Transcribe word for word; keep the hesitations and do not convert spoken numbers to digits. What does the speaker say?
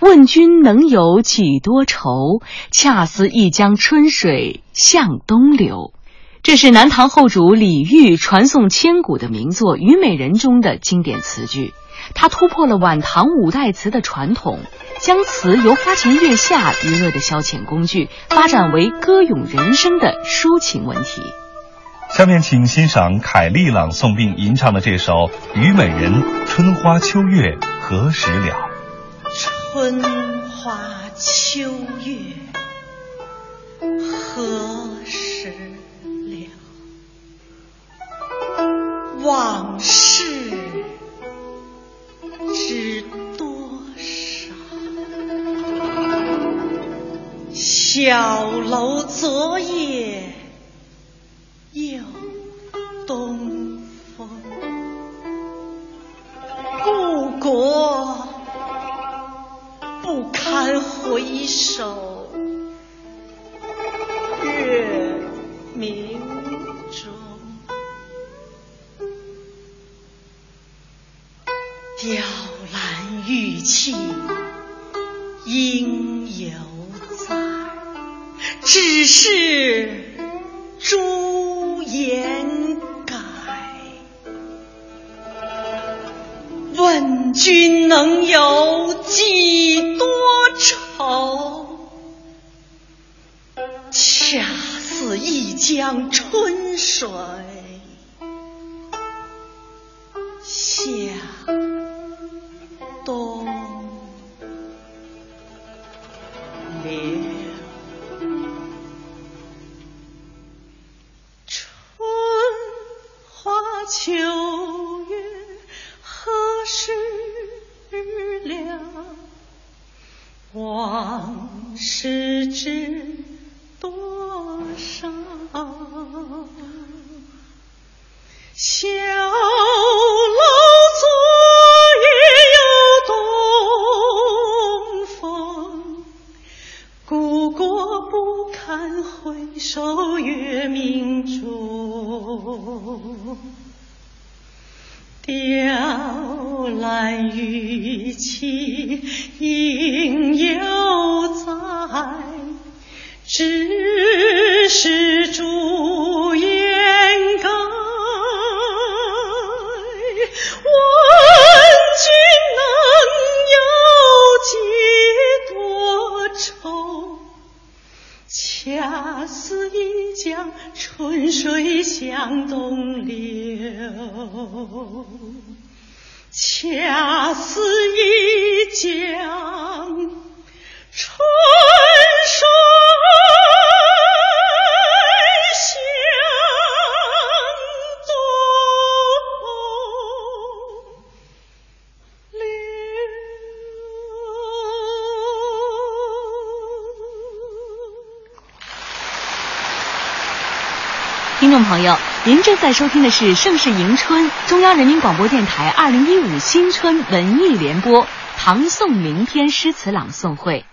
问君能有几多愁？恰似一江春水向东流。这是南唐后主李煜传颂千古的名作《虞美人》中的经典词句。它突破了晚唐五代词的传统，将词由花前月下娱乐的消遣工具发展为歌咏人生的抒情文体。 下面请欣赏凯丽朗诵并吟唱的这首《虞美人》，春花秋月何时了？ 春花秋月何时了？往事知多少？小楼昨夜又东风，故国不堪回首月明中。雕栏玉砌应犹在，只是朱颜改。问君能有几多愁？恰似一江春水向东流。春花秋月何时了？往事知多少？小楼昨夜又东风，故国不堪回首月明中。雕栏玉砌应犹在，只是朱颜改。问君能有几多愁？恰似一江春水向东流，恰似一江春水向东流。 听众朋友，您正在收听的是盛世迎春，中央人民广播电台二零一五新春文艺联播唐宋名篇诗词朗诵会。